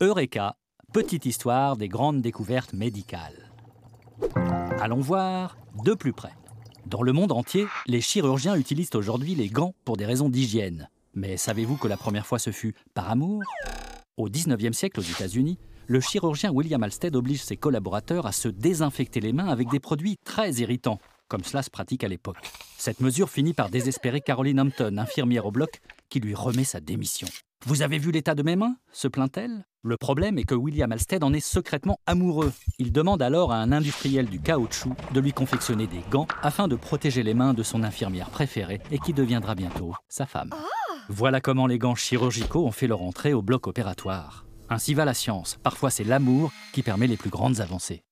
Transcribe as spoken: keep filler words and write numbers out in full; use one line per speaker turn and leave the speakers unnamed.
Eureka, petite histoire des grandes découvertes médicales. Allons voir de plus près. Dans le monde entier, les chirurgiens utilisent aujourd'hui les gants pour des raisons d'hygiène. Mais savez-vous que la première fois ce fut par amour? Au dix-neuvième siècle, aux États-Unis, le chirurgien William Alsted oblige ses collaborateurs à se désinfecter les mains avec des produits très irritants, comme cela se pratique à l'époque. Cette mesure finit par désespérer Caroline Hampton, infirmière au bloc, qui lui remet sa démission. « Vous avez vu l'état de mes mains ?» se plaint-elle. Le problème est que William Alsted en est secrètement amoureux. Il demande alors à un industriel du caoutchouc de lui confectionner des gants afin de protéger les mains de son infirmière préférée et qui deviendra bientôt sa femme. Voilà comment les gants chirurgicaux ont fait leur entrée au bloc opératoire. Ainsi va la science. Parfois, c'est l'amour qui permet les plus grandes avancées.